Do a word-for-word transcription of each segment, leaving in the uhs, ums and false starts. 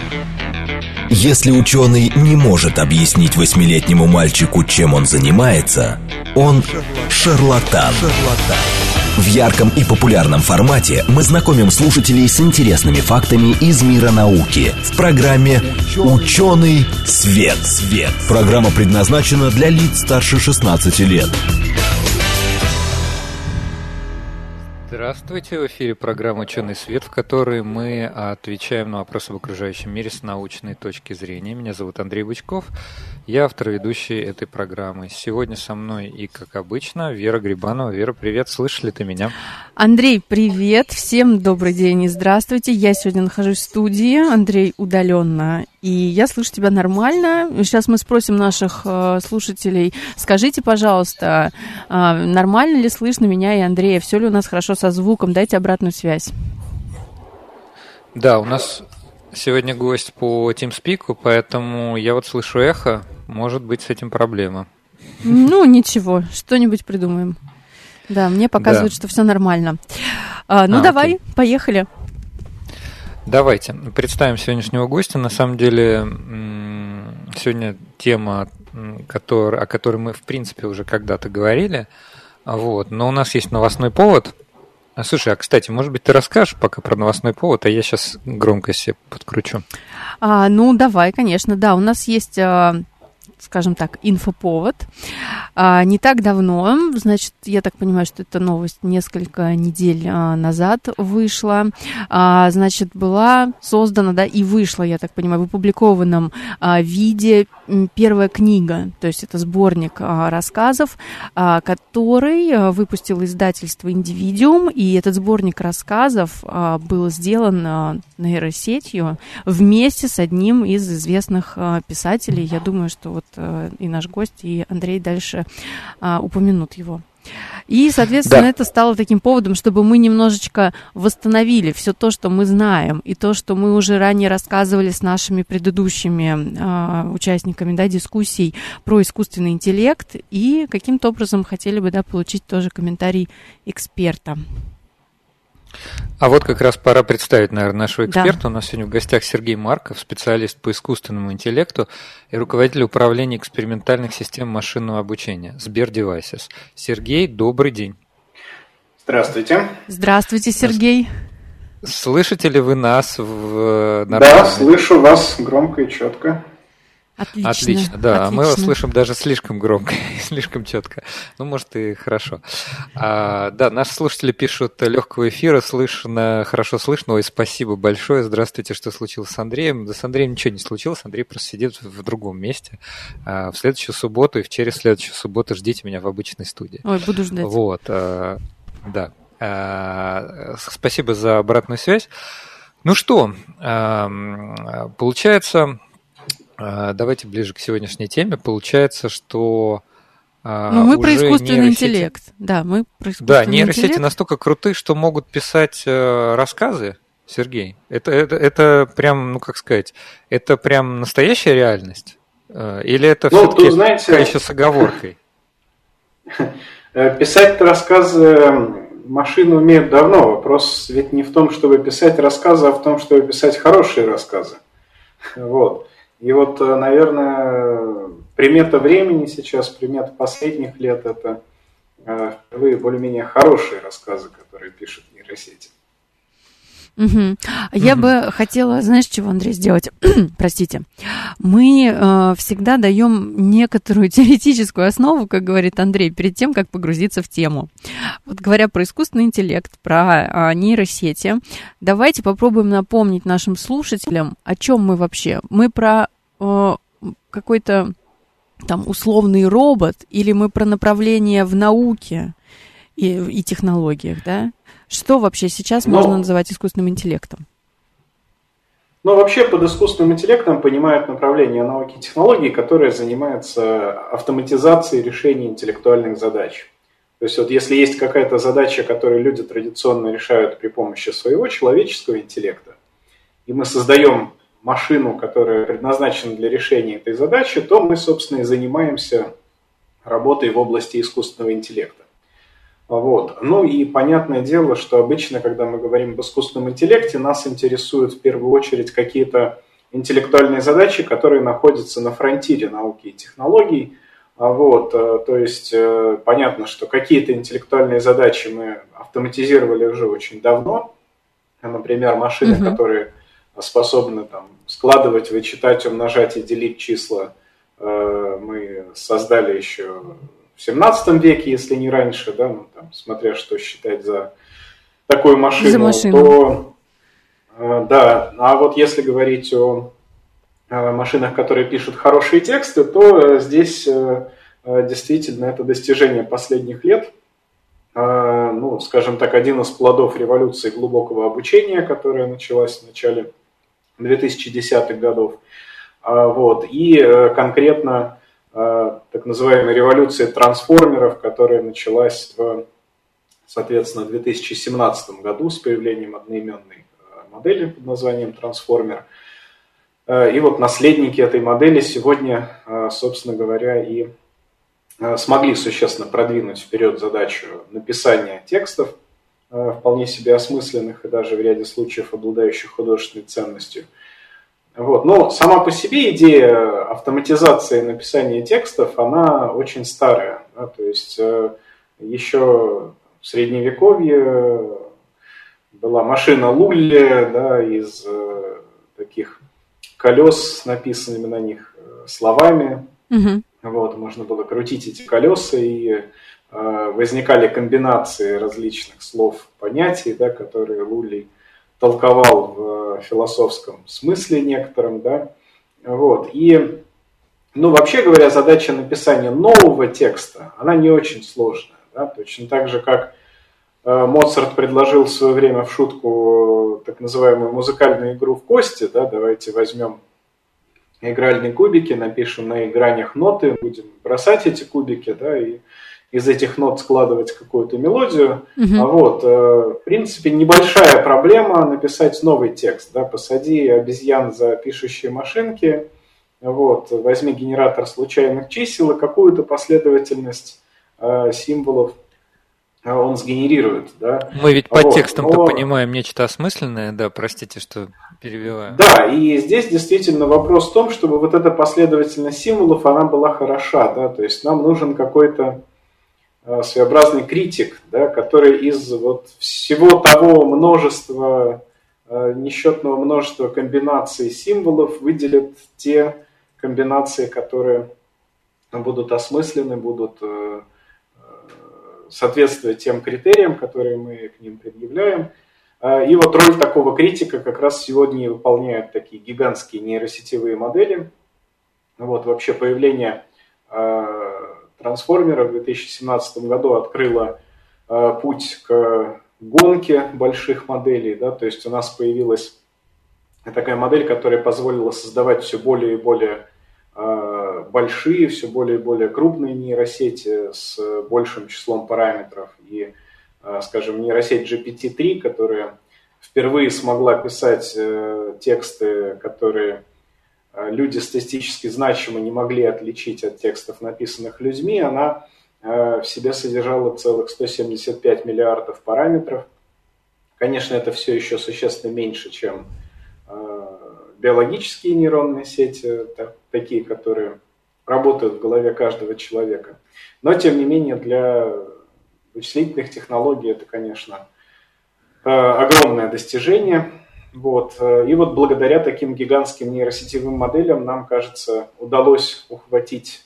Если ученый не может объяснить восьмилетнему мальчику, чем он занимается, он шарлатан. В ярком и популярном формате мы знакомим слушателей с интересными фактами из мира науки в программе «Ученый свет». Свет. Программа предназначена для лиц старше шестнадцати лет. Здравствуйте, в эфире программа «Ученый свет», в которой мы отвечаем на вопросы об окружающем мире с научной точки зрения. Меня зовут Андрей Бычков, я автор и ведущий этой программы. Сегодня со мной и, как обычно, Вера Грибанова. Вера, привет, слышишь ли ты меня? Андрей, привет, всем добрый день и здравствуйте. Я сегодня нахожусь в студии, Андрей удаленно, и я слышу тебя нормально. Сейчас мы спросим наших э, слушателей, скажите, пожалуйста, э, нормально ли слышно меня и Андрея, все ли у нас хорошо со звуком, дайте обратную связь. Да, у нас сегодня гость по TeamSpeak, поэтому я вот слышу эхо, может быть с этим проблема. Ну, ничего, что-нибудь придумаем. Да, мне показывают, да, что все нормально. А, ну, а, давай, окей. Поехали. Давайте, представим сегодняшнего гостя. На самом деле, сегодня тема, который, о которой мы, в принципе, уже когда-то говорили, вот, но у нас есть новостной повод. Слушай, а, кстати, может быть, ты расскажешь пока про новостной повод, а я сейчас громкость себе подкручу. А, ну, давай, конечно, да, у нас есть... скажем так, инфоповод. А, не так давно, значит, я так понимаю, что эта новость несколько недель а, назад вышла, а, значит, была создана, да, и вышла, я так понимаю, в опубликованном а, виде первая книга, то есть это сборник а, рассказов, а, который а, выпустило издательство «Индивидуум», и этот сборник рассказов а, был сделан а, нейросетью вместе с одним из известных а, писателей. Я думаю, что вот и наш гость, и Андрей дальше а, упомянут его. И, соответственно, да, это стало таким поводом, чтобы мы немножечко восстановили все то, что мы знаем, и то, что мы уже ранее рассказывали с нашими предыдущими а, участниками, да, дискуссий про искусственный интеллект, и каким-то образом хотели бы, да, получить тоже комментарий эксперта. А вот как раз пора представить, наверное, нашего эксперта. Да. У нас сегодня в гостях Сергей Марков, специалист по искусственному интеллекту и руководитель управления экспериментальных систем машинного обучения Сбер Девайсес. Сергей, добрый день. Здравствуйте. Здравствуйте, Сергей. Слышите ли вы нас в нормальном... Да, слышу вас громко и четко. Отлично. Отлично, да. Отлично. Мы его слышим даже слишком громко и слишком четко. Ну, может, и хорошо. А, да, наши слушатели пишут: легкого эфира, слышно, хорошо слышно. Ой, спасибо большое. Здравствуйте, что случилось с Андреем? Да с Андреем ничего не случилось. Андрей просто сидит в другом месте. А, в следующую субботу и в через следующую субботу ждите меня в обычной студии. Ой, буду ждать. Вот, а, да. А, спасибо за обратную связь. Ну что, а, получается... Давайте ближе к сегодняшней теме. Получается, что ну, мы про искусственный нейросети... интеллект. Да, мы про искусственный да, нейросети интеллект. настолько крутые, что могут писать э, рассказы, Сергей. Это, это, это прям, ну как сказать, это прям настоящая реальность? Э, или это ну, все-таки знаете, пока еще с оговоркой? Писать рассказы машины умеют давно. Вопрос ведь не в том, чтобы писать рассказы, а в том, чтобы писать хорошие рассказы. Вот. И вот, наверное, примета времени сейчас, примета последних лет – это впервые более-менее хорошие рассказы, которые пишут нейросети. Угу. Я угу. бы хотела, знаешь, чего, Андрей, сделать? Простите. Мы э, всегда даем некоторую теоретическую основу, как говорит Андрей, перед тем, как погрузиться в тему. Вот говоря про искусственный интеллект, про э, нейросети, давайте попробуем напомнить нашим слушателям, о чем мы вообще. Мы про э, какой-то там условный робот или мы про направление в науке и, и технологиях, да? Что вообще сейчас Но, можно называть искусственным интеллектом? Ну, вообще под искусственным интеллектом понимают направление науки и технологий, которое занимается автоматизацией решения интеллектуальных задач. То есть вот если есть какая-то задача, которую люди традиционно решают при помощи своего человеческого интеллекта, и мы создаем машину, которая предназначена для решения этой задачи, то мы, собственно, и занимаемся работой в области искусственного интеллекта. Вот. Ну и понятное дело, что обычно, когда мы говорим об искусственном интеллекте, нас интересуют в первую очередь какие-то интеллектуальные задачи, которые находятся на фронтире науки и технологий. Вот, то есть понятно, что какие-то интеллектуальные задачи мы автоматизировали уже очень давно. Например, машины, mm-hmm. которые способны там, складывать, вычитать, умножать и делить числа, мы создали еще в семнадцатом веке, если не раньше, да, ну, там, смотря что считать за такую машину, за машину. То да, а вот если говорить о машинах, которые пишут хорошие тексты, то здесь действительно это достижение последних лет. Ну, скажем так, один из плодов революции глубокого обучения, которая началась в начале две тысячи десятых годов. Вот. И конкретно так называемой революции трансформеров, которая началась в, соответственно, в две тысячи семнадцатом году с появлением одноименной модели под названием трансформер. И вот наследники этой модели сегодня, собственно говоря, и смогли существенно продвинуть вперед задачу написания текстов, вполне себе осмысленных и даже в ряде случаев обладающих художественной ценностью. Вот. Но сама по себе идея автоматизации написания текстов, она очень старая. Да? То есть еще в Средневековье была машина Лулли, да, из таких колес с написанными на них словами. Угу. Вот, можно было крутить эти колеса, и э, возникали комбинации различных слов, понятий, да, которые Лулли толковал в философском смысле некотором. Да. Вот. И, ну, вообще говоря, задача написания нового текста, она не очень сложная. Да. Точно так же, как э, Моцарт предложил в свое время в шутку так называемую музыкальную игру в кости. Да, давайте возьмем игральные кубики, напишем на их гранях ноты, будем бросать эти кубики, да, и из этих нот складывать какую-то мелодию. Uh-huh. А вот, в принципе, небольшая проблема написать новый текст. Да, посади обезьян за пишущие машинки, вот, возьми генератор случайных чисел и какую-то последовательность э, символов он сгенерирует. Да. Мы ведь по вот. текстам-то Но... понимаем нечто осмысленное, да, простите, что перебиваю. Да, и здесь действительно вопрос в том, чтобы вот эта последовательность символов, она была хороша, да, то есть нам нужен какой-то э, своеобразный критик, да, который из вот всего того множества, э, несчетного множества комбинаций символов выделит те комбинации, которые будут осмысленны, будут э, соответствовать тем критериям, которые мы к ним предъявляем. И вот роль такого критика как раз сегодня выполняют такие гигантские нейросетевые модели. Вот, вообще появление э, трансформера в две тысячи семнадцатом году открыло э, путь к гонке больших моделей. Да? То есть у нас появилась такая модель, которая позволила создавать все более и более э, большие, все более и более крупные нейросети с большим числом параметров. И скажем, нейросеть джи пи ти три, которая впервые смогла писать э, тексты, которые э, люди статистически значимо не могли отличить от текстов, написанных людьми, она э, в себе содержала целых сто семьдесят пять миллиардов параметров. Конечно, это все еще существенно меньше, чем э, биологические нейронные сети, так, такие, которые работают в голове каждого человека. Но, тем не менее, для вычислительных технологий это, конечно, огромное достижение. Вот. И вот благодаря таким гигантским нейросетевым моделям нам, кажется, удалось ухватить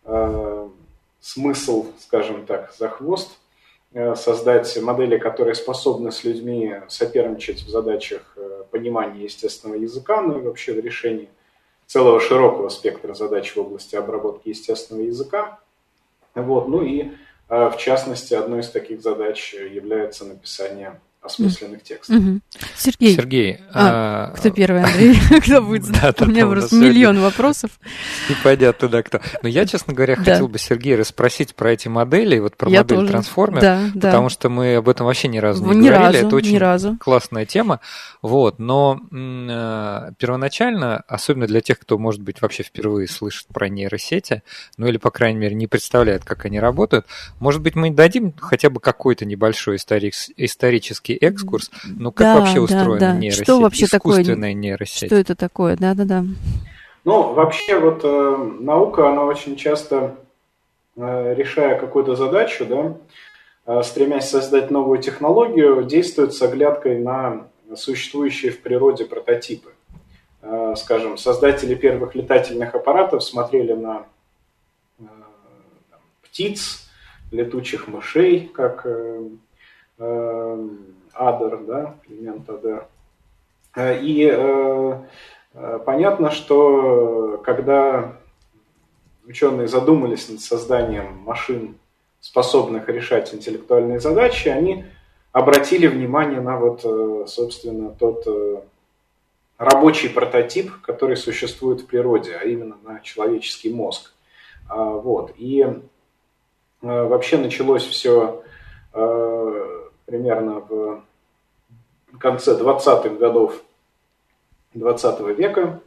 э, смысл, скажем так, за хвост, э, создать модели, которые способны с людьми соперничать в задачах э, понимания естественного языка, ну и вообще в решении целого широкого спектра задач в области обработки естественного языка. Вот. Ну и в частности, одной из таких задач является написание осмысленных текстов. Угу. Сергей. Сергей. А, а... Кто первый, Андрей? Кто будет знать? У меня просто миллион вопросов. И пойдет туда кто. Но я, честно говоря, хотел бы Сергея расспросить про эти модели, вот про модель трансформер, потому что мы об этом вообще ни разу не говорили. Это очень классная тема. Вот. Но первоначально, особенно для тех, кто, может быть, вообще впервые слышит про нейросети, ну или, по крайней мере, не представляет, как они работают, может быть, мы дадим хотя бы какой-то небольшой исторический экскурс. Ну, как да, вообще устроена да, да. нейросеть? Что вообще Искусственная такое? нейросеть. Что это такое? Да-да-да. Ну, вообще вот э, наука, она очень часто, э, решая какую-то задачу, да, э, стремясь создать новую технологию, действует с оглядкой на существующие в природе прототипы. Э, скажем, создатели первых летательных аппаратов смотрели на э, там, птиц, летучих мышей, как э, э, Адер, да, Климент Адер. Э, и э, понятно, что когда ученые задумались над созданием машин, способных решать интеллектуальные задачи, они обратили внимание на вот, собственно, тот рабочий прототип, который существует в природе, а именно на человеческий мозг. Вот. И вообще началось все примерно в конце двадцатых годов двадцатого века,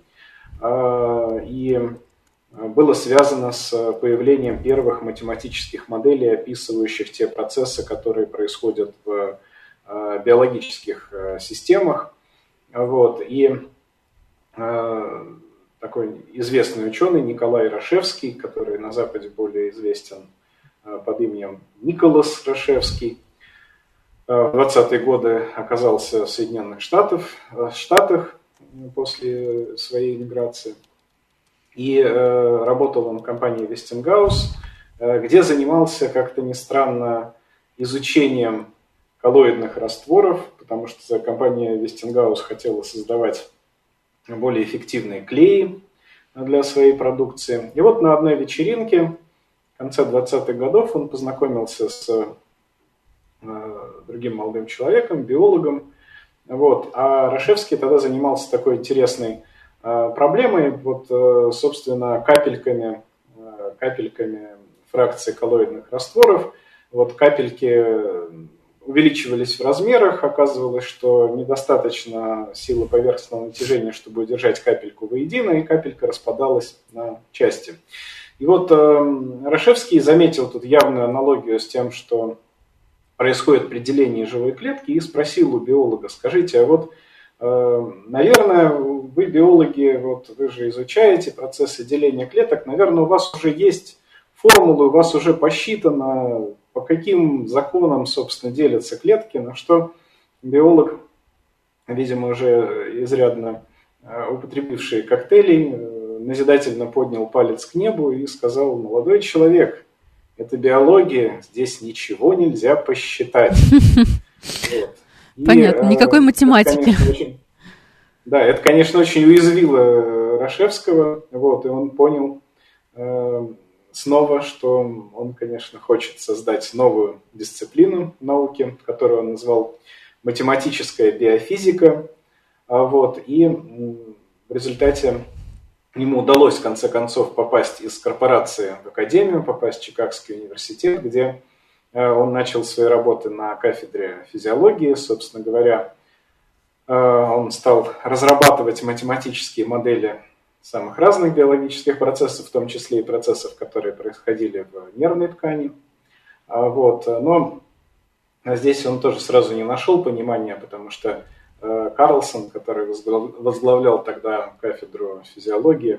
и было связано с появлением первых математических моделей, описывающих те процессы, которые происходят в биологических системах. Вот. И такой известный ученый Николай Рашевский, который на Западе более известен под именем Николас Рашевский, в двадцатые годы оказался в Соединенных Штатах, Штатах после своей миграции. И э, работал он в компании Westinghouse, э, где занимался, как-то ни странно, изучением коллоидных растворов, потому что компания Westinghouse хотела создавать более эффективные клеи для своей продукции. И вот на одной вечеринке в конце двадцатых годов он познакомился с э, другим молодым человеком, биологом. Вот. А Рашевский тогда занимался такой интересной э, проблемой, вот, э, собственно, капельками, э, капельками фракции коллоидных растворов. Вот капельки увеличивались в размерах, оказывалось, что недостаточно силы поверхностного натяжения, чтобы удержать капельку воедино, и капелька распадалась на части. И вот э, Рашевский заметил тут явную аналогию с тем, что происходит при делении живой клетки, и спросил у биолога: скажите, а вот, э, наверное, вы, биологи, вот вы же изучаете процессы деления клеток, наверное, у вас уже есть формулы, у вас уже посчитано, по каким законам, собственно, делятся клетки, на что биолог, видимо, уже изрядно употребивший коктейлей, назидательно поднял палец к небу и сказал: молодой человек, это биология, здесь ничего нельзя посчитать. Вот. И, понятно, никакой математики. Это, конечно, очень, да, это, конечно, очень уязвило Рашевского, вот, и он понял э, снова, что он, конечно, хочет создать новую дисциплину науки, которую он назвал математическая биофизика, вот, и в результате ему удалось, в конце концов, попасть из корпорации в академию, попасть в Чикагский университет, где он начал свои работы на кафедре физиологии. Собственно говоря, он стал разрабатывать математические модели самых разных биологических процессов, в том числе и процессов, которые происходили в нервной ткани. Вот. Но здесь он тоже сразу не нашел понимания, потому что Карлсон, который возглавлял тогда кафедру физиологии,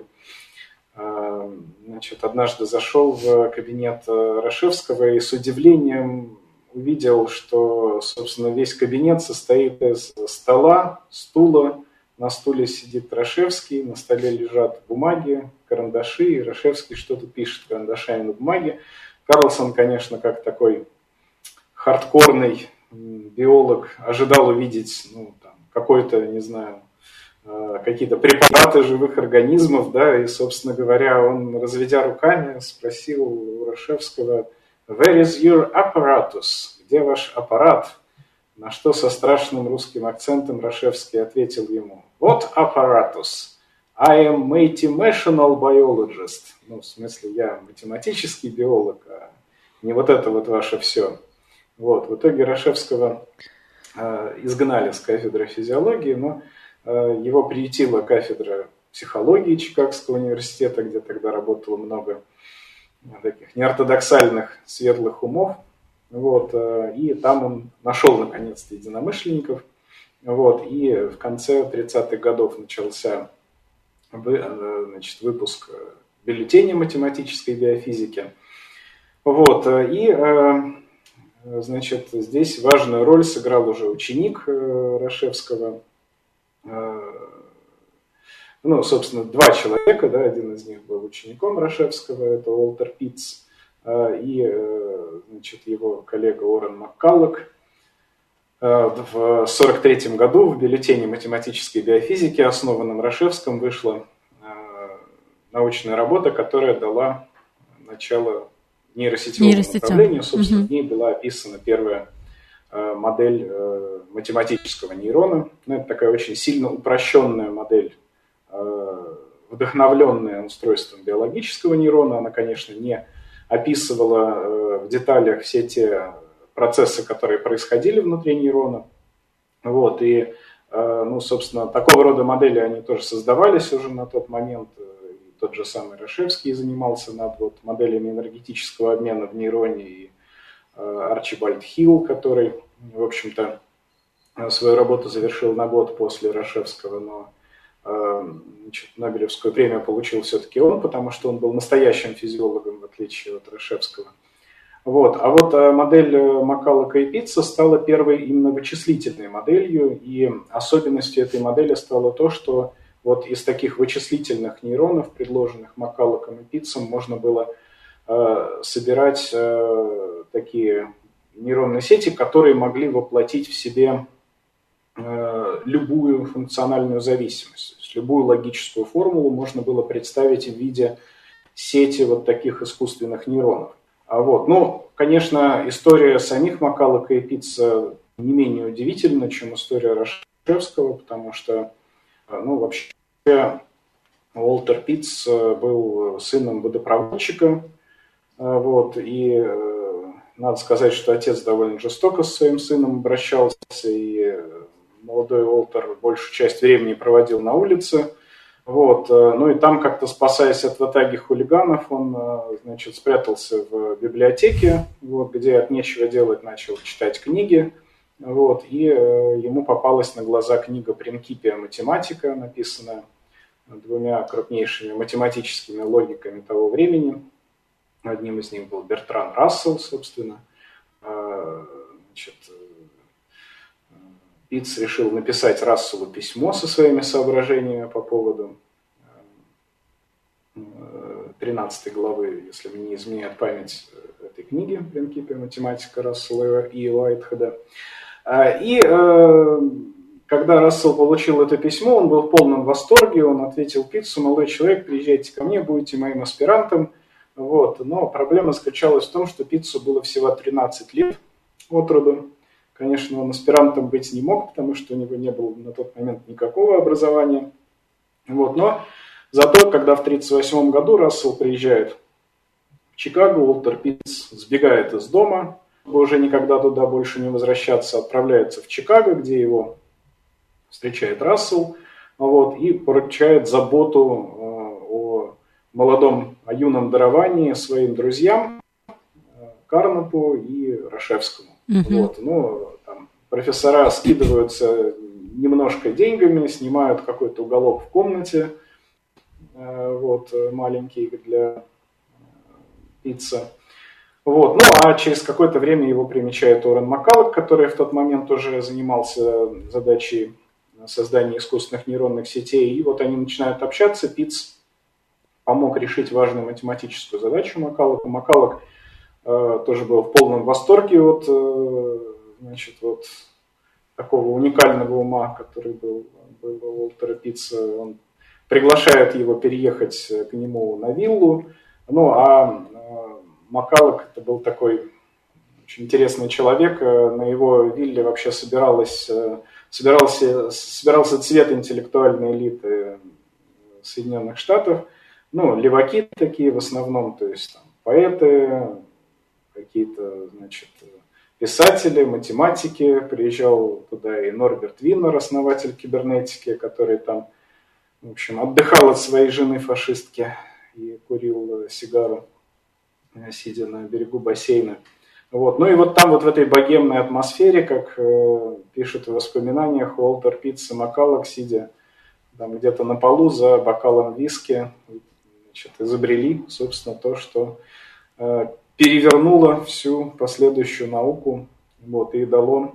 значит, однажды зашел в кабинет Рашевского и с удивлением увидел, что, собственно, весь кабинет состоит из стола, стула. На стуле сидит Рашевский, на столе лежат бумаги, карандаши, и Рашевский что-то пишет карандашами на бумаге. Карлсон, конечно, как такой хардкорный биолог, ожидал увидеть, ну, там, какой-то, не знаю, какие-то препараты живых организмов, да, и, собственно говоря, он, разведя руками, спросил у Рашевского: «Where is your apparatus?» «Где ваш аппарат?» На что со страшным русским акцентом Рашевский ответил ему: «What apparatus? I am mathematical biologist». Ну, в смысле, я математический биолог, а не вот это вот ваше все. Вот. В итоге Рашевского э, изгнали с кафедры физиологии, но э, его приютила кафедра психологии Чикагского университета, где тогда работало много таких неортодоксальных светлых умов. Вот, и там он нашел наконец-то единомышленников. Вот, и в конце тридцатых годов начался значит, выпуск бюллетеня математической биофизики. Вот, и значит, здесь важную роль сыграл уже ученик Рашевского. Ну, собственно, два человека, да, один из них был учеником Рашевского, это Уолтер Питц, и значит, его коллега Орен Маккаллок. В сорок третьем году в бюллетене математической биофизики, основанном Рашевским, вышла научная работа, которая дала начало нейросетевому Нейросетям. направлению. Собственно, угу. в ней была описана первая модель математического нейрона. Ну, это такая очень сильно упрощенная модель, вдохновленная устройством биологического нейрона. Она, конечно, не описывала в деталях все те процессы, которые происходили внутри нейрона. Вот, и, ну, собственно, такого рода модели, они тоже создавались уже на тот момент. И тот же самый Рашевский занимался над вот моделями энергетического обмена в нейроне, и Арчибальд Хилл, который, в общем-то, свою работу завершил на год после Рашевского, но значит, Нобелевскую премию получил все-таки он, потому что он был настоящим физиологом, в отличие от Рашевского. Вот. А вот модель Маккаллока и Питца стала первой именно вычислительной моделью, и особенностью этой модели стало то, что вот из таких вычислительных нейронов, предложенных Маккаллоком и Питцем, можно было э, собирать э, такие нейронные сети, которые могли воплотить в себе э, любую функциональную зависимость. То есть любую логическую формулу можно было представить в виде сети вот таких искусственных нейронов. А вот, ну, конечно, история самих Маккаллока и Питца не менее удивительна, чем история Рашевского, потому что, ну, вообще, Уолтер Питц был сыном водопроводчика, вот, и надо сказать, что отец довольно жестоко с своим сыном обращался, и молодой Уолтер большую часть времени проводил на улице. Вот. Ну и там, как-то спасаясь от ватаги хулиганов, он, значит, спрятался в библиотеке, вот, где от нечего делать начал читать книги. Вот, и ему попалась на глаза книга «Принципия математика», написанная двумя крупнейшими математическими логиками того времени. Одним из них был Бертран Рассел, собственно. Значит, Питц решил написать Расселу письмо со своими соображениями по поводу тринадцатой главы, если мне не изменяет память, этой книги «Принципия математика» Рассела и Уайтхеда. И когда Рассел получил это письмо, он был в полном восторге, он ответил Питцу: молодой человек, приезжайте ко мне, будете моим аспирантом. Вот. Но проблема заключалась в том, что Питцу было всего тринадцать лет от роду. Конечно, он аспирантом быть не мог, потому что у него не было на тот момент никакого образования. Вот. Но зато, когда в тридцать восьмом году Рассел приезжает в Чикаго, Уолтер Питц сбегает из дома, уже никогда туда больше не возвращаться, отправляется в Чикаго, где его встречает Рассел, вот, и поручает заботу о молодом, о юном даровании своим друзьям Карнапу и Рашевскому. Mm-hmm. Вот, ну, там, профессора скидываются немножко деньгами, снимают какой-то уголок в комнате, вот, маленький для Питца. Вот. Ну, а через какое-то время его примечает Орен Маккаллок, который в тот момент уже занимался задачей создания искусственных нейронных сетей. И вот они начинают общаться. Питц помог решить важную математическую задачу Маккаллоку. Маккаллок э, тоже был в полном восторге от, э, значит, вот такого уникального ума, который был, был у Уолтера Питца. Он приглашает его переехать к нему на виллу. Ну, а э, Маккаллок это был такой очень интересный человек. На его вилле вообще собиралось, собирался, собирался цвет интеллектуальной элиты Соединенных Штатов. Ну, леваки такие в основном, то есть там, поэты, какие-то, значит, писатели, математики. Приезжал туда и Норберт Виннер, основатель кибернетики, который там, в общем, отдыхал от своей жены фашистки и курил сигару, сидя на берегу бассейна. Вот. Ну и вот там вот в этой богемной атмосфере, как э, пишет в воспоминаниях Уолтер Питт и Маккаллок, сидя там где-то на полу за бокалом виски, значит, изобрели, собственно, то, что э, перевернуло всю последующую науку, вот, и дало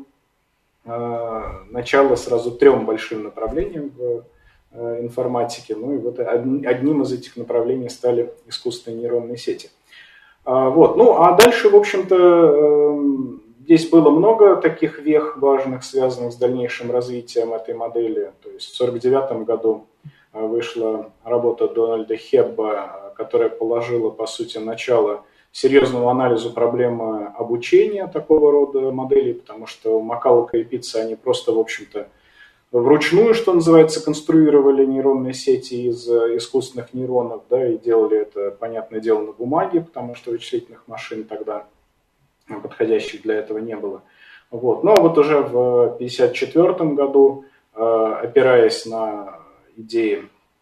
э, начало сразу трем большим направлениям в э, информатике. Ну и вот одним из этих направлений стали искусственные нейронные сети. А, вот. Ну а дальше, в общем-то, э, здесь было много таких вех важных, связанных с дальнейшим развитием этой модели. То есть в сорок девятом году вышла работа Дональда Хебба, которая положила, по сути, начало серьезному анализу проблемы обучения такого рода моделей, потому что Маккаллока и Питца, они просто, в общем-то, вручную, что называется, конструировали нейронные сети из искусственных нейронов, да, и делали это, понятное дело, на бумаге, потому что вычислительных машин тогда подходящих для этого не было. Вот. Ну а вот уже в пятьдесят четвёртом году, опираясь на идеи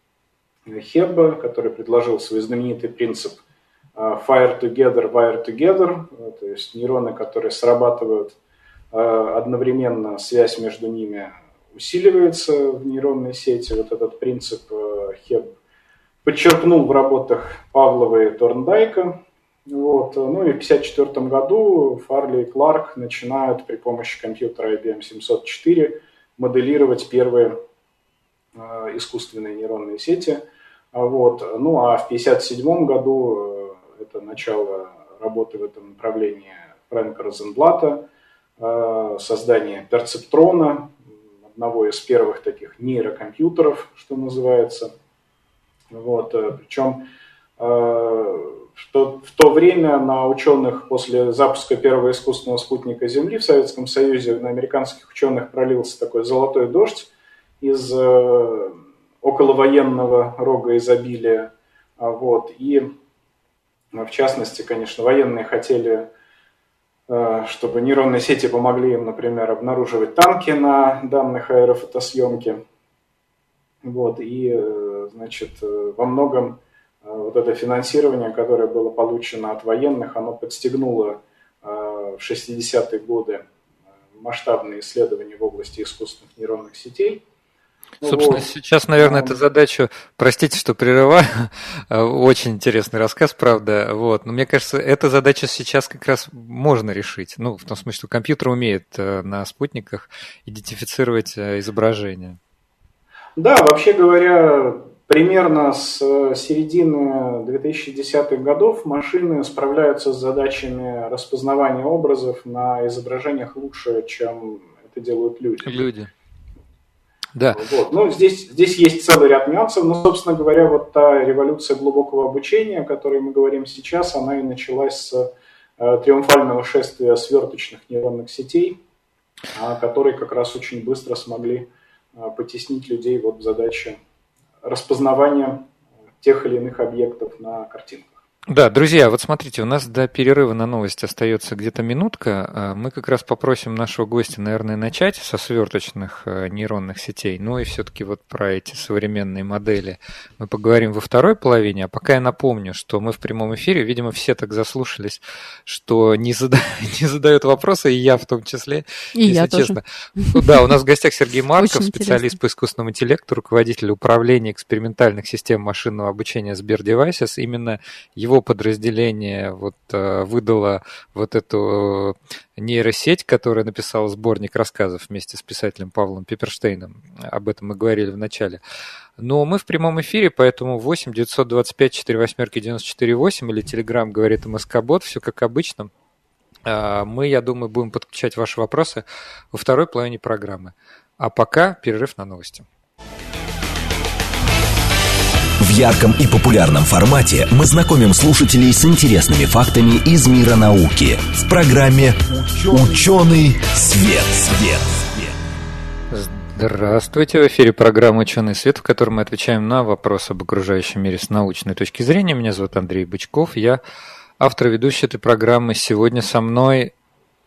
Хебба, который предложил свой знаменитый принцип fire together, wire together, то есть нейроны, которые срабатывают одновременно, связь между ними усиливается в нейронной сети. Вот этот принцип Хебб подчеркнул в работах Павлова и Торндайка. Вот. Ну и в пятьдесят четвёртом году Фарли и Кларк начинают при помощи компьютера ай би эм семьсот четыре моделировать первые э, искусственные нейронные сети. Вот. Ну а в пятьдесят седьмом году э, это начало работы в этом направлении Фрэнка Розенблата, э, создание перцептрона, одного из первых таких нейрокомпьютеров, что называется. Вот. Причем э, В то, в то время на ученых после запуска первого искусственного спутника Земли в Советском Союзе на американских ученых пролился такой золотой дождь из э, околовоенного рога изобилия. Вот. И в частности, конечно, военные хотели, э, чтобы нейронные сети помогли им, например, обнаруживать танки на данных аэрофотосъемки. Вот. И, э, значит, во многом вот это финансирование, которое было получено от военных, оно подстегнуло в шестидесятые годы масштабные исследования в области искусственных нейронных сетей. Собственно, вот. Сейчас, наверное, эту задачу, простите, что прерываю, очень интересный рассказ, правда, вот, но мне кажется, эта задача сейчас как раз можно решить, ну, в том смысле, что компьютер умеет на спутниках идентифицировать изображения. Да, вообще говоря, примерно с середины две тысячи десятых годов машины справляются с задачами распознавания образов на изображениях лучше, чем это делают люди. Люди. Да. Вот. Ну, здесь, здесь есть целый ряд нюансов, но, собственно говоря, вот та революция глубокого обучения, о которой мы говорим сейчас, она и началась с э, триумфального шествия сверточных нейронных сетей, э, которые как раз очень быстро смогли э, потеснить людей вот в задачи распознавания тех или иных объектов на картинках. Да, друзья, вот смотрите, у нас до перерыва на новости остается где-то минутка. Мы как раз попросим нашего гостя, наверное, начать со сверточных нейронных сетей. Ну и все-таки вот про эти современные модели мы поговорим во второй половине. А пока я напомню, что мы в прямом эфире, видимо, все так заслушались, что не, зада... не задают вопросы, и я в том числе, и если я честно. Тоже. Да, у нас в гостях Сергей Марков, Очень специалист интересно. по искусственному интеллекту, руководитель управления экспериментальных систем машинного обучения Сбер Devices. Именно его подразделение вот, выдало вот эту нейросеть, которая написала сборник рассказов вместе с писателем Павлом Пепперштейном. Об этом мы говорили в начале. Но мы в прямом эфире, поэтому восемь девятьсот двадцать пять сорок восемь девяносто четыре восемь или Telegram говорит МСК-бот, все как обычно. Мы, я думаю, будем подключать ваши вопросы во второй половине программы. А пока перерыв на новости. В ярком и популярном формате мы знакомим слушателей с интересными фактами из мира науки в программе «Ученый свет». свет. Здравствуйте, в эфире программа «Ученый свет», в которой мы отвечаем на вопросы об окружающем мире с научной точки зрения. Меня зовут Андрей Бычков, я автор и ведущий этой программы. Сегодня со мной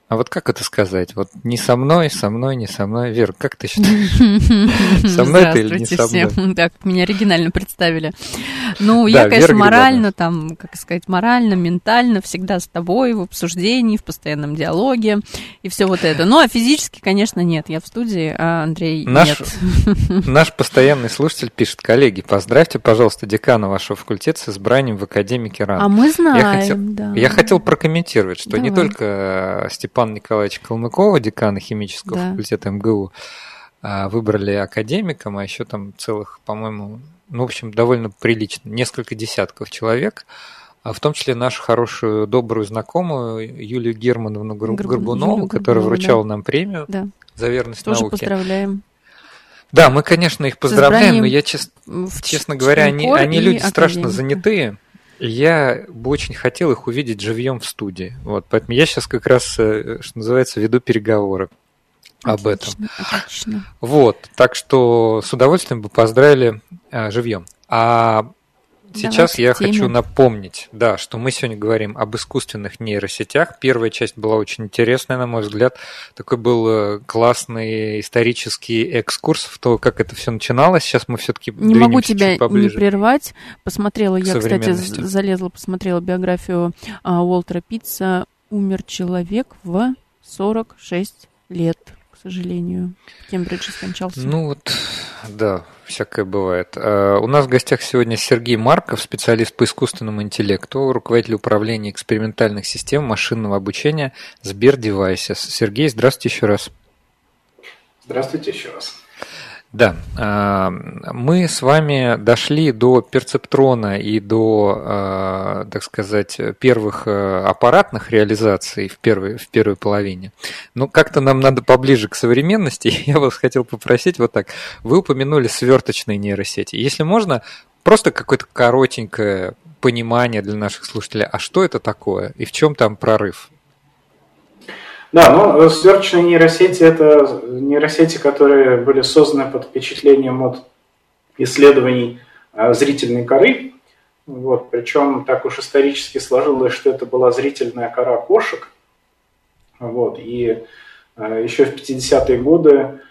А вот как это сказать? Вот не со мной, со мной, не со мной. Вера, как ты считаешь? Со мной ты или не со мной? Так, меня оригинально представили. Ну, я, конечно, морально, там, как сказать, морально, ментально, всегда с тобой в обсуждении, в постоянном диалоге и все вот это. Ну, а физически, конечно, нет. Я в студии, а Андрей нет. Наш постоянный слушатель пишет: коллеги, поздравьте, пожалуйста, декана вашего факультета с избранием в академике РАН. А мы знаем, да. Я хотел прокомментировать, что не только Степан Николаевич Калмыкова, декана химического да. факультета МГУ, выбрали академиком, а еще там целых, по-моему, ну, в общем, довольно прилично, несколько десятков человек, в том числе нашу хорошую, добрую знакомую Юлию Германовну Горбунову, которая вручала да. нам премию да. за верность Тоже науке. Тоже поздравляем. Да, мы, конечно, их поздравляем, но я, чест... честно говоря, они, они люди страшно занятые. Я бы очень хотел их увидеть живьем в студии. Вот, поэтому я сейчас как раз, что называется, веду переговоры об отлично, этом. Отлично. Вот, так что с удовольствием бы поздравили а, живьем. А сейчас Давайте я хочу напомнить, да, что мы сегодня говорим об искусственных нейросетях. Первая часть была очень интересная, на мой взгляд. Такой был классный исторический экскурс в то, как это все начиналось. Сейчас мы все-таки не могу тебя не прервать. Посмотрела, я, кстати, залезла, посмотрела биографию а, Уолтера Питца. Умер человек в сорок шесть лет, к сожалению. В Кембридже скончался. Ну вот, да, всякое бывает. У нас в гостях сегодня Сергей Марков, специалист по искусственному интеллекту, руководитель управления экспериментальных систем машинного обучения Сбер Devices. Сергей, здравствуйте еще раз. Здравствуйте еще раз. Да, мы с вами дошли до перцептрона и до, так сказать, первых аппаратных реализаций в первой, в первой половине. Но как-то нам надо поближе к современности. Я вас хотел попросить вот так. Вы упомянули сверточные нейросети. Если можно, просто какое-то коротенькое понимание для наших слушателей, а что это такое и в чем там прорыв? Да, ну, сверточные нейросети – это нейросети, которые были созданы под впечатлением от исследований зрительной коры. Вот, причем так уж исторически сложилось, что это была зрительная кора кошек. Вот, и еще в пятидесятые годы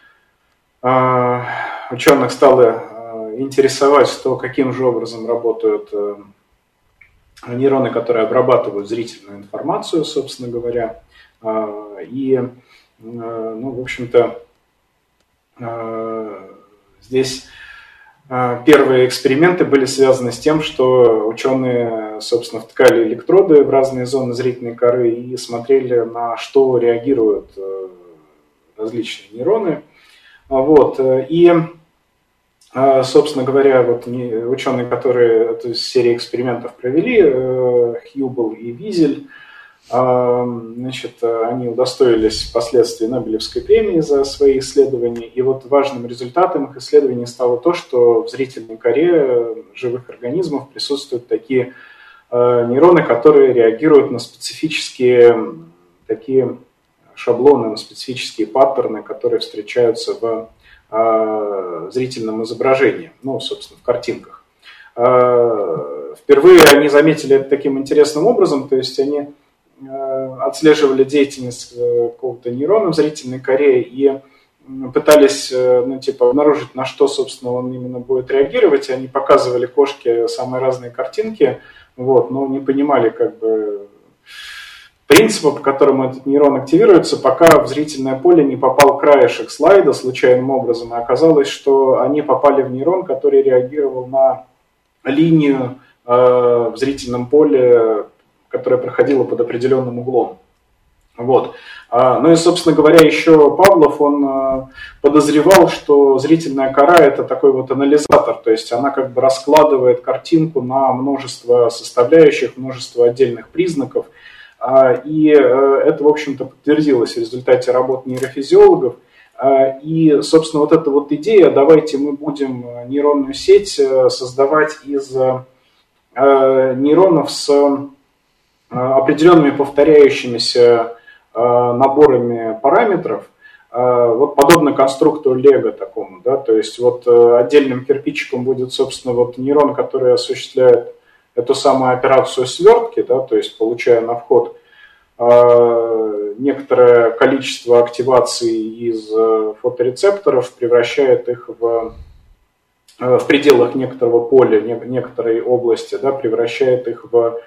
ученых стало интересовать, что, каким же образом работают нейроны, которые обрабатывают зрительную информацию, собственно говоря. И, ну, в общем-то, здесь первые эксперименты были связаны с тем, что ученые, собственно, втыкали электроды в разные зоны зрительной коры и смотрели, на что реагируют различные нейроны. Вот. И, собственно говоря, вот ученые, которые эту серию экспериментов провели, Хьюбл и Визель, значит, они удостоились впоследствии Нобелевской премии за свои исследования. И вот важным результатом их исследований стало то, что в зрительной коре живых организмов присутствуют такие нейроны, которые реагируют на специфические такие шаблоны, на специфические паттерны, которые встречаются в зрительном изображении, ну, собственно, в картинках. Впервые они заметили это таким интересным образом, то есть они отслеживали деятельность какого-то нейрона в зрительной коре и пытались, ну, типа, обнаружить, на что, собственно, он именно будет реагировать. И они показывали кошке самые разные картинки, вот, но не понимали, как бы, принципа, по которому этот нейрон активируется, пока в зрительное поле не попал краешек слайда случайным образом. И оказалось, что они попали в нейрон, который реагировал на линию э, в зрительном поле, которая проходила под определенным углом. Вот. Ну и, собственно говоря, еще Павлов, он подозревал, что зрительная кора – это такой вот анализатор, то есть она как бы раскладывает картинку на множество составляющих, множество отдельных признаков. И это, в общем-то, подтвердилось в результате работ нейрофизиологов. И, собственно, вот эта вот идея, давайте мы будем нейронную сеть создавать из нейронов с определенными повторяющимися наборами параметров, вот подобно конструктору Лего такому, да, то есть вот отдельным кирпичиком будет, собственно, вот нейрон, который осуществляет эту самую операцию свертки, да, то есть получая на вход некоторое количество активаций из фоторецепторов превращает их в, в пределах некоторого поля, некоторой области, да, превращает их в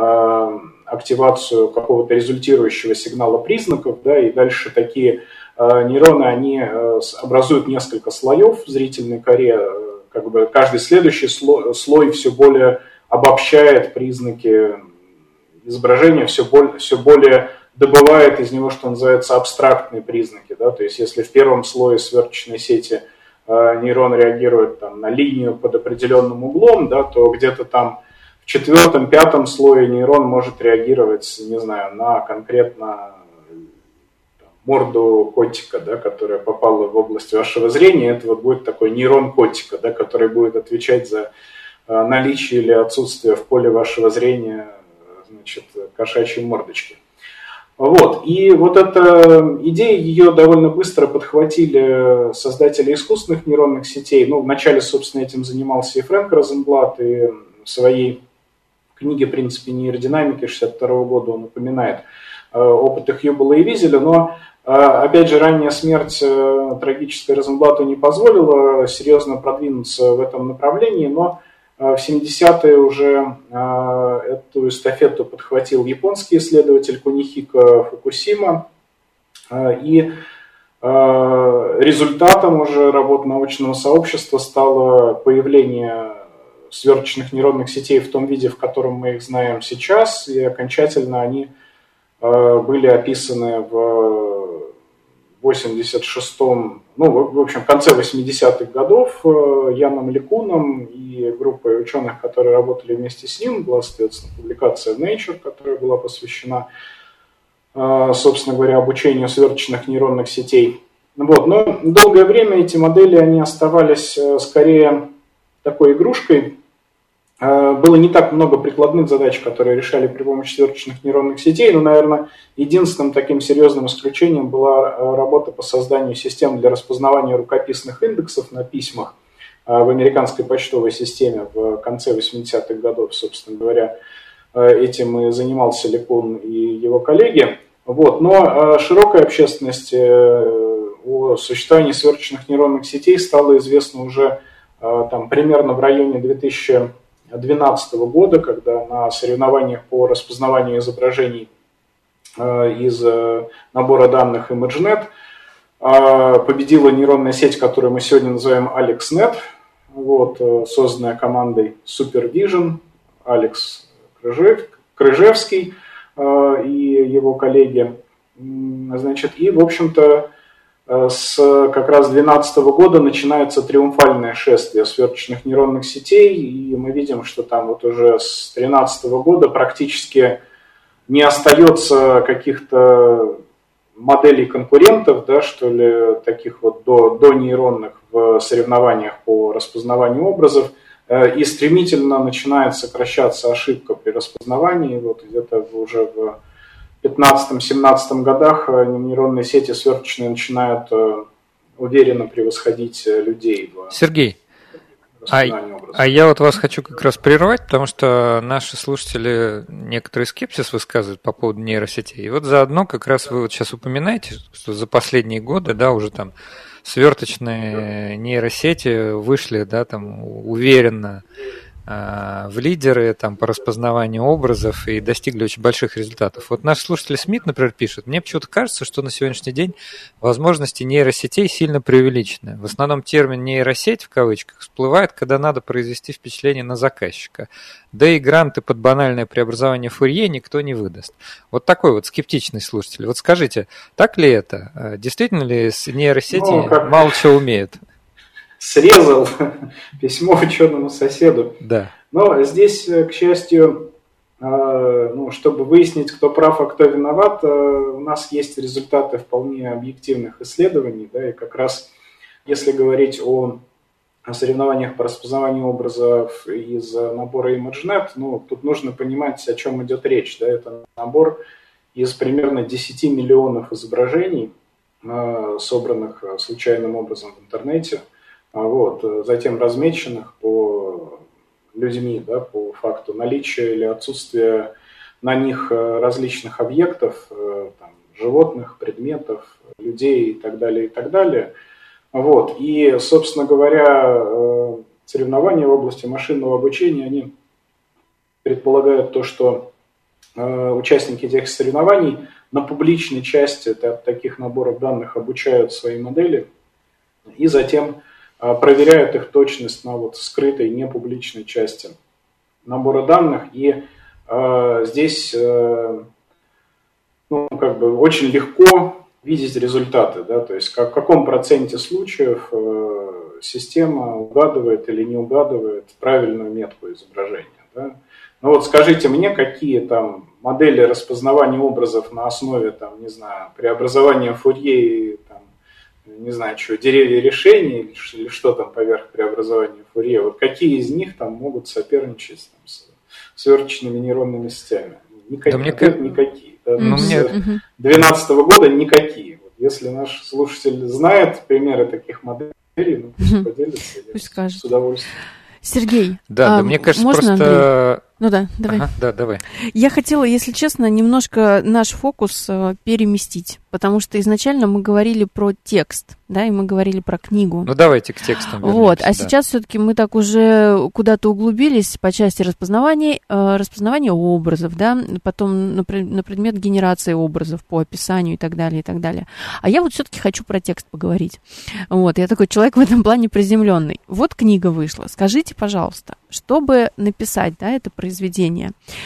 активацию какого-то результирующего сигнала признаков, да, и дальше такие нейроны, они образуют несколько слоев в зрительной коре, как бы каждый следующий слой, слой все более обобщает признаки изображения, все более, все более добывает из него, что называется, абстрактные признаки, да, то есть если в первом слое сверхчастотной сети нейрон реагирует там на линию под определенным углом, да, то где-то там в четвертом, пятом слое нейрон может реагировать, не знаю, на конкретно там, морду котика, да, которая попала в область вашего зрения. Это вот будет такой нейрон котика, да, который будет отвечать за э, наличие или отсутствие в поле вашего зрения, значит, кошачьей мордочки. Вот. И вот эта идея, ее довольно быстро подхватили создатели искусственных нейронных сетей. Ну, вначале, собственно, этим занимался и Фрэнк Розенблат, и в своей книге «Принципы нейродинамики» шестьдесят второго года он упоминает опыты Хьюббела и Визеля, но, опять же, ранняя смерть трагическая Розенблату не позволила серьезно продвинуться в этом направлении, но в семидесятые уже эту эстафету подхватил японский исследователь Кунихико Фукусима, и результатом уже работ научного сообщества стало появление сверхчастотных нейронных сетей в том виде, в котором мы их знаем сейчас, и окончательно они были описаны в восемьдесят шестом, ну, в общем, в конце восьмидесятых годов Яном Лекуном и группой ученых, которые работали вместе с ним. Была, соответственно, публикация в Nature, которая была посвящена, собственно говоря, обучению сверхчастотных нейронных сетей. Вот. Но долгое время эти модели, они оставались скорее такой игрушкой. Было не так много прикладных задач, которые решали при помощи сверхчастотных нейронных сетей, но, наверное, единственным таким серьезным исключением была работа по созданию систем для распознавания рукописных индексов на письмах в американской почтовой системе в конце восьмидесятых годов, собственно говоря. Этим и занимался Лекун и его коллеги. Вот. Но широкой общественности о существовании сверхчастотных нейронных сетей стало известно уже там, примерно в районе две тысячи двенадцатого года, когда на соревнованиях по распознаванию изображений из набора данных ImageNet победила нейронная сеть, которую мы сегодня называем AlexNet, вот, созданная командой SuperVision, Алекс Крыжевский и его коллеги. Значит, и, в общем-то, с как раз две тысячи двенадцатого года начинается триумфальное шествие сверхчастотных нейронных сетей, и мы видим, что там вот уже с две тысячи тринадцатого года практически не остается каких-то моделей конкурентов, да, что ли, таких вот до, до нейронных в соревнованиях по распознаванию образов, и стремительно начинает сокращаться ошибка при распознавании, вот где-то уже в пятнадцатом-семнадцатом годах нейронные сети сверхчастотные начинают уверенно превосходить людей. В Сергей, а, а я вот вас хочу как раз прервать, потому что наши слушатели некоторый скепсис высказывают по поводу нейросетей. И вот заодно как раз вы вот сейчас упоминаете, что за последние годы, да, уже там сверточные нейросети вышли, да, там уверенно в лидеры там, по распознаванию образов и достигли очень больших результатов. Вот наш слушатель Смит, например, пишет: мне почему-то кажется, что на сегодняшний день возможности нейросетей сильно преувеличены. В основном термин «нейросеть» в кавычках всплывает, когда надо произвести впечатление на заказчика. Да и гранты под банальное преобразование Фурье никто не выдаст. Вот такой вот скептичный слушатель. Вот скажите, так ли это? Действительно ли нейросети ну, как... мало чего умеют? Срезал письмо ученому соседу. Да. Но здесь, к счастью, ну, чтобы выяснить, кто прав, а кто виноват, у нас есть результаты вполне объективных исследований. Да, и как раз если говорить о соревнованиях по распознаванию образов из набора ImageNet, ну, тут нужно понимать, о чем идет речь. Да, это набор из примерно десяти миллионов изображений, собранных случайным образом в интернете. Вот, затем размеченных по людьми, да, по факту наличия или отсутствия на них различных объектов, там, животных, предметов, людей и так далее, и так далее. Вот. И, собственно говоря, соревнования в области машинного обучения, они предполагают то, что участники этих соревнований на публичной части таких наборов данных обучают свои модели и затем проверяют их точность на вот скрытой, непубличной части набора данных. И э, здесь э, ну, как бы очень легко видеть результаты, да, то есть как, в каком проценте случаев э, система угадывает или не угадывает правильную метку изображения. Да. Ну вот скажите мне, какие там модели распознавания образов на основе, там, не знаю, преобразования Фурье, там, не знаю, что, деревья решений или что там поверх преобразования Фурье, вот какие из них там могут соперничать там, с сверхчными нейронными сетями? Никакие, да, мне как... никакие. Да, ну, с две тысячи двенадцатого года никакие. Вот, если наш слушатель знает примеры таких моделей, ну, пусть mm-hmm. поделится. Пусть скажет. С удовольствием. Сергей, да, а, да, мне кажется, можно, просто... Андрей? Ну да, давай. Ага, да, давай. Я хотела, если честно, немножко наш фокус э, переместить, потому что изначально мы говорили про текст, да, и мы говорили про книгу. Ну давайте к текстам вернемся. Вот, а да. сейчас все-таки мы так уже куда-то углубились по части распознавания, э, распознавания образов, да, потом на, на предмет генерации образов по описанию и так далее, и так далее. А я вот все-таки хочу про текст поговорить. Вот, я такой человек в этом плане приземленный. Вот книга вышла. Скажите, пожалуйста, чтобы написать, да, это произведение,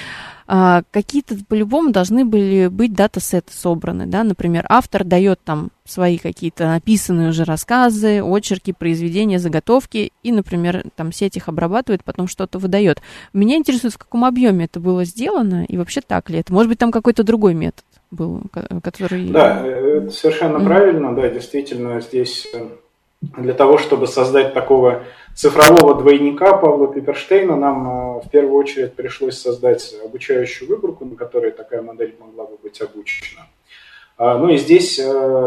а, какие-то по-любому должны были быть датасеты собраны, да, например, автор дает там свои какие-то написанные уже рассказы, очерки, произведения, заготовки, и, например, там сеть их обрабатывает, потом что-то выдает. Меня интересует, в каком объеме это было сделано, и вообще так ли это? Может быть, там какой-то другой метод был, который... Да, это совершенно mm-hmm. правильно, да, действительно, здесь для того, чтобы создать такого цифрового двойника Павла Пиперштейна, нам в первую очередь пришлось создать обучающую выборку, на которой такая модель могла бы быть обучена. Ну и здесь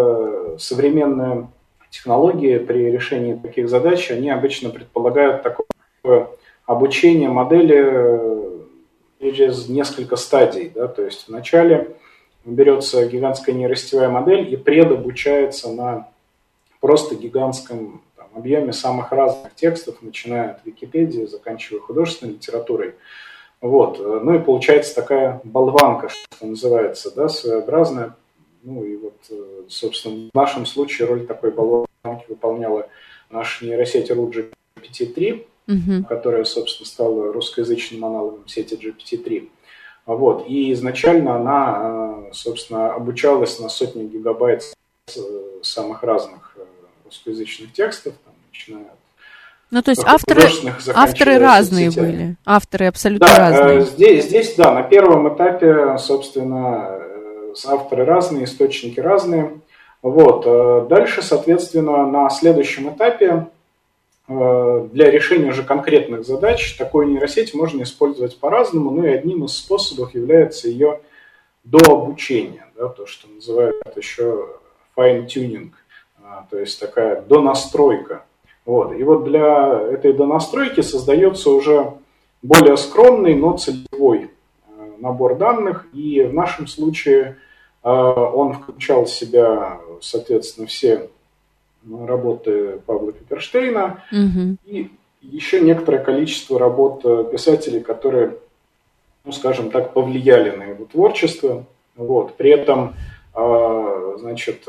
современные технологии при решении таких задач, они обычно предполагают такое обучение модели через несколько стадий. Да? То есть вначале берется гигантская нейросетевая модель и предобучается на просто гигантском там, объеме самых разных текстов, начиная от Википедии, заканчивая художественной литературой. Вот. Ну и получается такая болванка, что называется, да, своеобразная. Ну и вот, собственно, в нашем случае роль такой болванки выполняла наша нейросеть эр у джи пи ти три, mm-hmm. которая, собственно, стала русскоязычным аналогом сети джи пи ти три. Вот. И изначально она, собственно, обучалась на сотни гигабайт самых разных русскоязычных текстов, там, начиная от Ну, то есть авторы, авторы разные соцсетями. Были, авторы абсолютно да, разные. Здесь, здесь, да, на первом этапе, собственно, авторы разные, источники разные. Вот. Дальше, соответственно, на следующем этапе для решения уже конкретных задач такую нейросеть можно использовать по-разному, но и одним из способов является ее дообучение, да, то, что называют еще fine-tuning. То есть такая донастройка. Вот. И вот для этой донастройки создается уже более скромный, но целевой набор данных. И в нашем случае он включал в себя, соответственно, все работы Павла Пиперштейна mm-hmm. и еще некоторое количество работ писателей, которые, ну, скажем так, повлияли на его творчество. Вот. При этом, значит,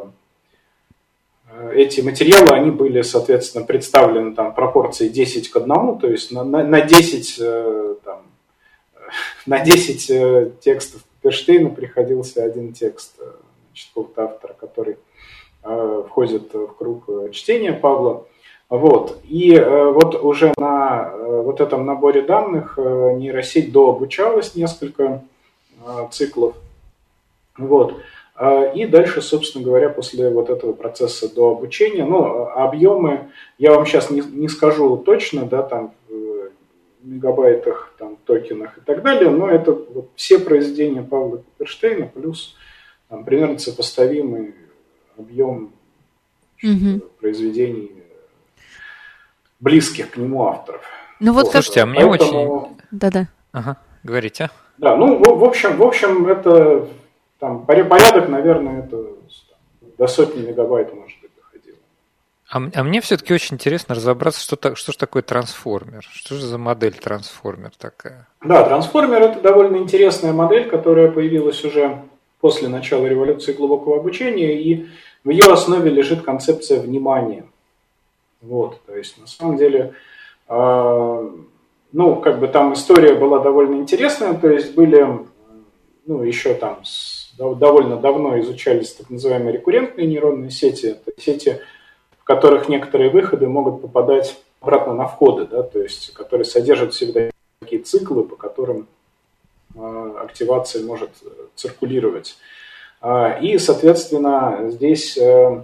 эти материалы, они были, соответственно, представлены там, в пропорции десять к одному, то есть на, на, на, десять, там, на десять текстов Пиперштейна приходился один текст, значит, какого-то автора, который э, входит в круг чтения Павла. Вот. И э, вот уже на э, вот этом наборе данных э, нейросеть дообучалась несколько э, циклов. Вот. И дальше, собственно говоря, после вот этого процесса до обучения, ну, объемы, я вам сейчас не, не скажу точно, да, там, в мегабайтах, там, токенах и так далее, но это вот все произведения Павла Пиперштейна плюс там, примерно сопоставимый объем mm-hmm. произведений близких к нему авторов. Ну вот, вот слушайте, а мне Поэтому... очень... Да-да. Ага, говорите. Да, ну, в общем, в общем, это... там порядок, наверное, это до сотни мегабайт, может быть, доходило. А, а мне все-таки очень интересно разобраться, что, так, что же такое трансформер, что же за модель трансформер такая? Да, трансформер – это довольно интересная модель, которая появилась уже после начала революции глубокого обучения, и в ее основе лежит концепция внимания. Вот, то есть, на самом деле, э, ну, как бы там история была довольно интересная, то есть были, ну, еще там с, довольно давно изучались так называемые рекуррентные нейронные сети, это сети, в которых некоторые выходы могут попадать обратно на входы, да, то есть, которые содержат в себе такие циклы, по которым э, активация может циркулировать. Э, и, соответственно, здесь э,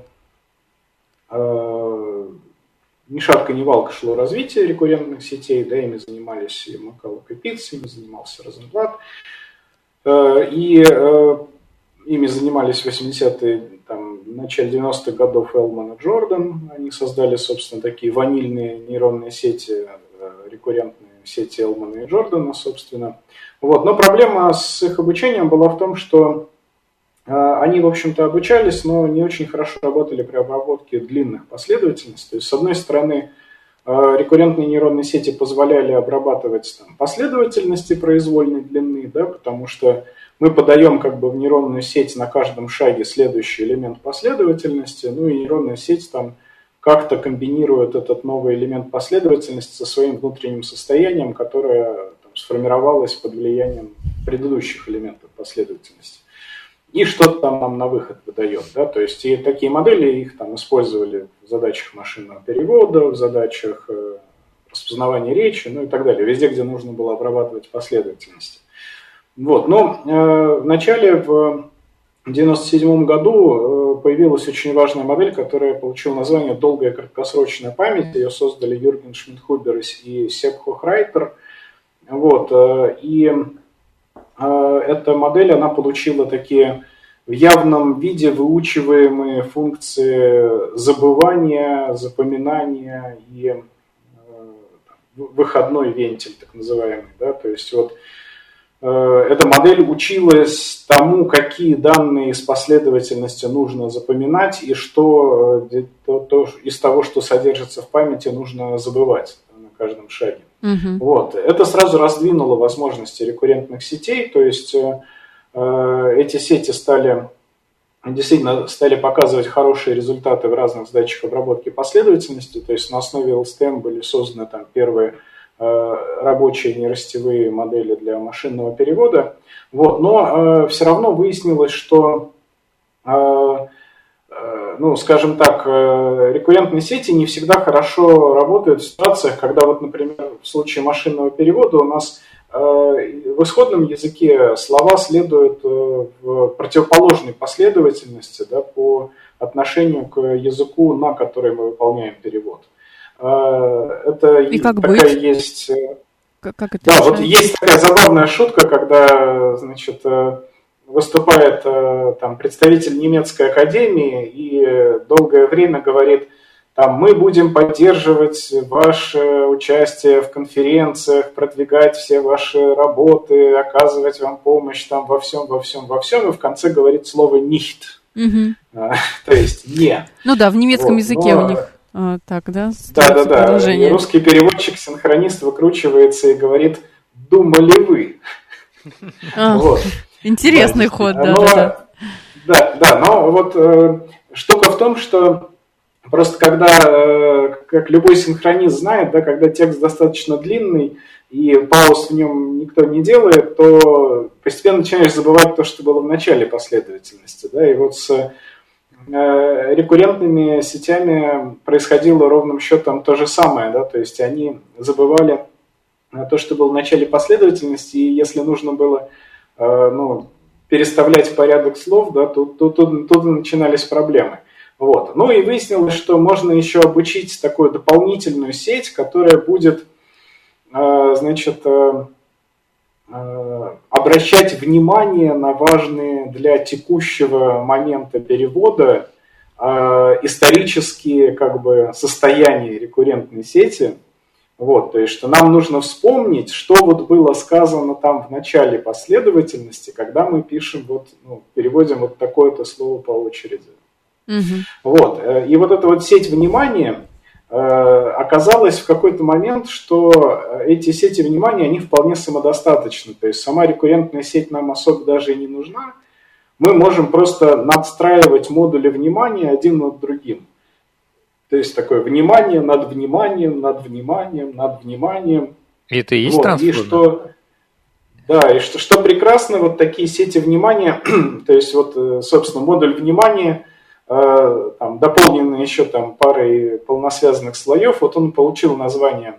э, ни шатка, ни валка шло развитие рекуррентных сетей, да, ими занимались и Маккаллок, и Питц, ими занимался Розенблат, э, и э, ими занимались в восьмидесятые, там, в начале девяностых годов Элман и Джордан, они создали, собственно, такие ванильные нейронные сети, рекуррентные сети Элмана и Джордана, собственно. Вот. Но проблема с их обучением была в том, что они, в общем-то, обучались, но не очень хорошо работали при обработке длинных последовательностей. То есть, с одной стороны, рекуррентные нейронные сети позволяли обрабатывать там, последовательности произвольной длины, да, потому что мы подаем как бы в нейронную сеть на каждом шаге следующий элемент последовательности, ну и нейронная сеть там как-то комбинирует этот новый элемент последовательности со своим внутренним состоянием, которое там, сформировалось под влиянием предыдущих элементов последовательности. И что-то там нам на выход выдает. Да? То есть и такие модели их там использовали в задачах машинного перевода, в задачах э, распознавания речи, ну и так далее. Везде, где нужно было обрабатывать последовательности. Вот. Но э, в начале, в девяносто седьмом году, э, появилась очень важная модель, которая получила название «Долгая краткосрочная память». Ее создали Юрген Шмидхубер и Себ Хохрайтер. Вот. Э, и эта модель, она получила такие в явном виде выучиваемые функции забывания, запоминания и выходной вентиль, так называемый. Да? То есть вот эта модель училась тому, какие данные из последовательности нужно запоминать и что то, то, из того, что содержится в памяти, нужно забывать на каждом шаге. Uh-huh. Вот. Это сразу раздвинуло возможности рекуррентных сетей, то есть э, эти сети стали, действительно стали показывать хорошие результаты в разных задачах обработки последовательности, то есть на основе эл эс тэ эм были созданы там, первые э, рабочие нейросетевые модели для машинного перевода, вот. Но э, все равно выяснилось, что э, ну, скажем так, рекуррентные сети не всегда хорошо работают в ситуациях, когда, вот, например, в случае машинного перевода у нас в исходном языке слова следуют в противоположной последовательности, да, по отношению к языку, на который мы выполняем перевод. Это И как такая быть? есть... Как, как это да, решать? вот есть такая забавная шутка, когда, значит, выступает там представитель немецкой академии и долгое время говорит, там, мы будем поддерживать ваше участие в конференциях, продвигать все ваши работы, оказывать вам помощь там, во всем, во всем, во всем, и в конце говорит слово «nicht». Угу. А, то есть «не». Ну да, в немецком вот, языке но... у них а, так, да? Да, да, да. Русский переводчик-синхронист выкручивается и говорит «думали вы». А. Вот. Интересный да, ход, да, но, да, да. Да, но вот э, штука в том, что просто когда, э, как любой синхронист знает, да, когда текст достаточно длинный и пауз в нем никто не делает, то постепенно начинаешь забывать то, что было в начале последовательности. Да, и вот с э, рекуррентными сетями происходило ровным счетом то же самое, да, то есть они забывали то, что было в начале последовательности, и если нужно было ну, переставлять порядок слов, да, тут, тут, тут, тут начинались проблемы. Вот. Ну и выяснилось, что можно еще обучить такую дополнительную сеть, которая будет, значит, обращать внимание на важные для текущего момента перевода исторические как бы, состояния рекуррентной сети. Вот, то есть, что нам нужно вспомнить, что вот было сказано там в начале последовательности, когда мы пишем, вот, ну, переводим вот такое-то слово по очереди. Угу. Вот, и вот эта вот сеть внимания э, оказалась в какой-то момент, что эти сети внимания, они вполне самодостаточны. То есть, сама рекуррентная сеть нам особо даже и не нужна. Мы можем просто надстраивать модули внимания один над другим. То есть такое внимание над вниманием, над вниманием, над вниманием. И это и есть вот. трансформер. И что, да, и что, что прекрасно, вот такие сети внимания, то есть вот, собственно, модуль внимания, э, там, дополненный еще там парой полносвязанных слоев, вот он получил название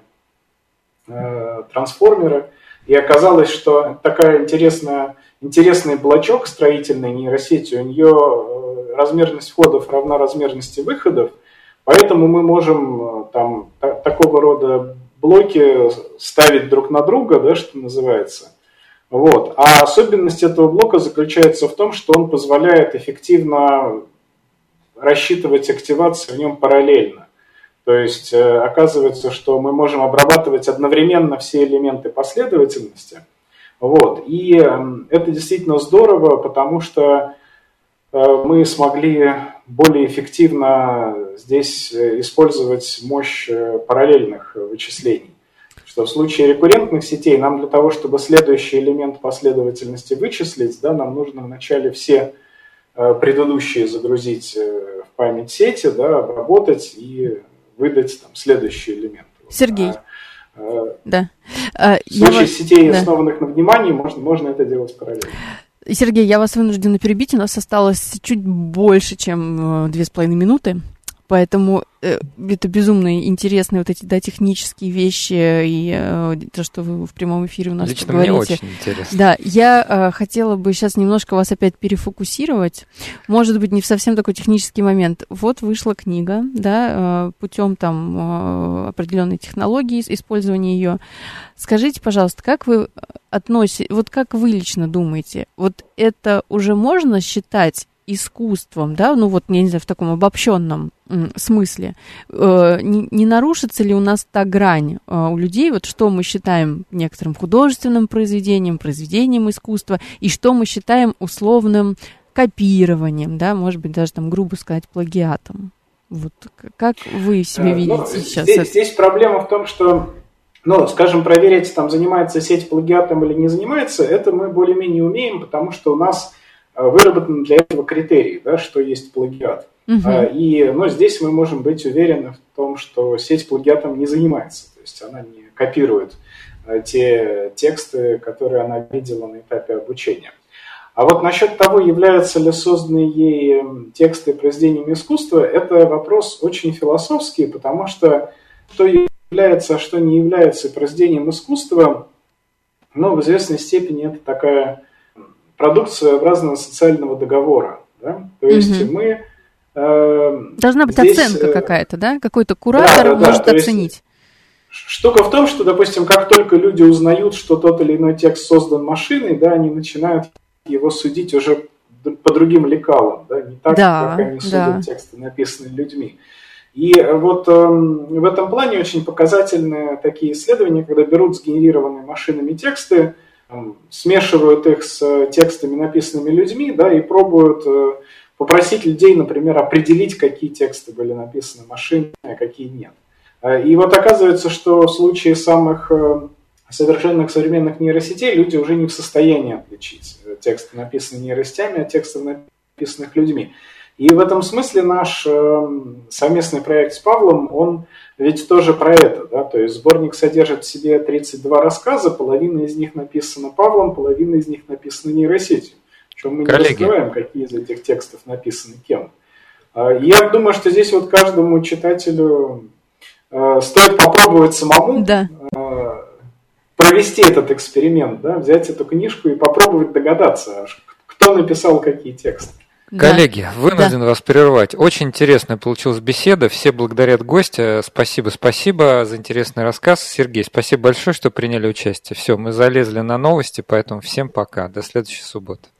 э, трансформера, и оказалось, что такая интересная, интересный блочок строительной нейросети, у нее размерность входов равна размерности выходов. Поэтому мы можем там та- такого рода блоки ставить друг на друга, да, что называется. Вот. А особенность этого блока заключается в том, что он позволяет эффективно рассчитывать активацию в нем параллельно. То есть оказывается, что мы можем обрабатывать одновременно все элементы последовательности. Вот. И это действительно здорово, потому что мы смогли более эффективно здесь использовать мощь параллельных вычислений. Что в случае рекуррентных сетей нам для того, чтобы следующий элемент последовательности вычислить, да, нам нужно вначале все предыдущие загрузить в память сети, да, обработать и выдать там следующий элемент. Сергей. А, да. В случае вас... сетей, да. основанных на внимании, можно, можно это делать параллельно. Сергей, я вас вынуждена перебить, у нас осталось чуть больше, чем две с половиной минуты, поэтому э, это безумно интересные вот эти, да, технические вещи и э, то, что вы в прямом эфире у нас Лично говорите. Мне очень интересно. Да, я э, хотела бы сейчас немножко вас опять перефокусировать, может быть, не в совсем такой технический момент. Вот вышла книга, да, э, путем там э, определенной технологии, использования ее. Скажите, пожалуйста, как вы относитесь, вот как вы лично думаете, вот это уже можно считать искусством, да, ну вот, я не знаю, в таком обобщенном м, смысле, э, не, не нарушится ли у нас та грань э, у людей, вот что мы считаем некоторым художественным произведением, произведением искусства, и что мы считаем условным копированием, да, может быть, даже там, грубо сказать, плагиатом. Вот как вы себе видите ну, сейчас здесь, это? Здесь проблема в том, что, ну, скажем, проверить, там, занимается сеть плагиатом или не занимается, это мы более-менее умеем, потому что у нас выработаны для этого критерии, да, что есть плагиат. Uh-huh. И, ну, здесь мы можем быть уверены в том, что сеть плагиатом не занимается, то есть она не копирует те тексты, которые она видела на этапе обучения. А вот насчет того, являются ли созданные ей тексты произведениями искусства, это вопрос очень философский, потому что что является, а что не является произведением искусства, ну, в известной степени это такая продукт своеобразного социального договора. Да? То есть угу. мы... Э, Должна быть здесь, оценка какая-то, да? Какой-то куратор да, да, может да, оценить. Штука в том, что, допустим, как только люди узнают, что тот или иной текст создан машиной, да, они начинают его судить уже по другим лекалам, да? Не так, да, как они судят да. тексты, написанные людьми. И вот э, в этом плане очень показательны такие исследования, когда берут сгенерированные машинами тексты, смешивают их с текстами, написанными людьми, да, и пробуют попросить людей, например, определить, какие тексты были написаны машиной, а какие нет. И вот оказывается, что в случае самых совершенных современных нейросетей люди уже не в состоянии отличить тексты, написанные нейросетями, от текстов, написанных людьми. И в этом смысле наш совместный проект с Павлом, он ведь тоже про это, да, то есть сборник содержит в себе тридцать два рассказа, половина из них написана Павлом, половина из них написана нейросетью. Причем мы Коллеги. не раскрываем, какие из этих текстов написаны кем. Я думаю, что здесь вот каждому читателю стоит попробовать самому да. провести этот эксперимент, да, взять эту книжку и попробовать догадаться, кто написал какие тексты. Коллеги, да. вынужден да. вас прервать. Очень интересная получилась беседа. Все благодарят гостя. Спасибо, спасибо за интересный рассказ. Сергей, спасибо большое, что приняли участие. Все, мы залезли на новости, поэтому всем пока. До следующей субботы.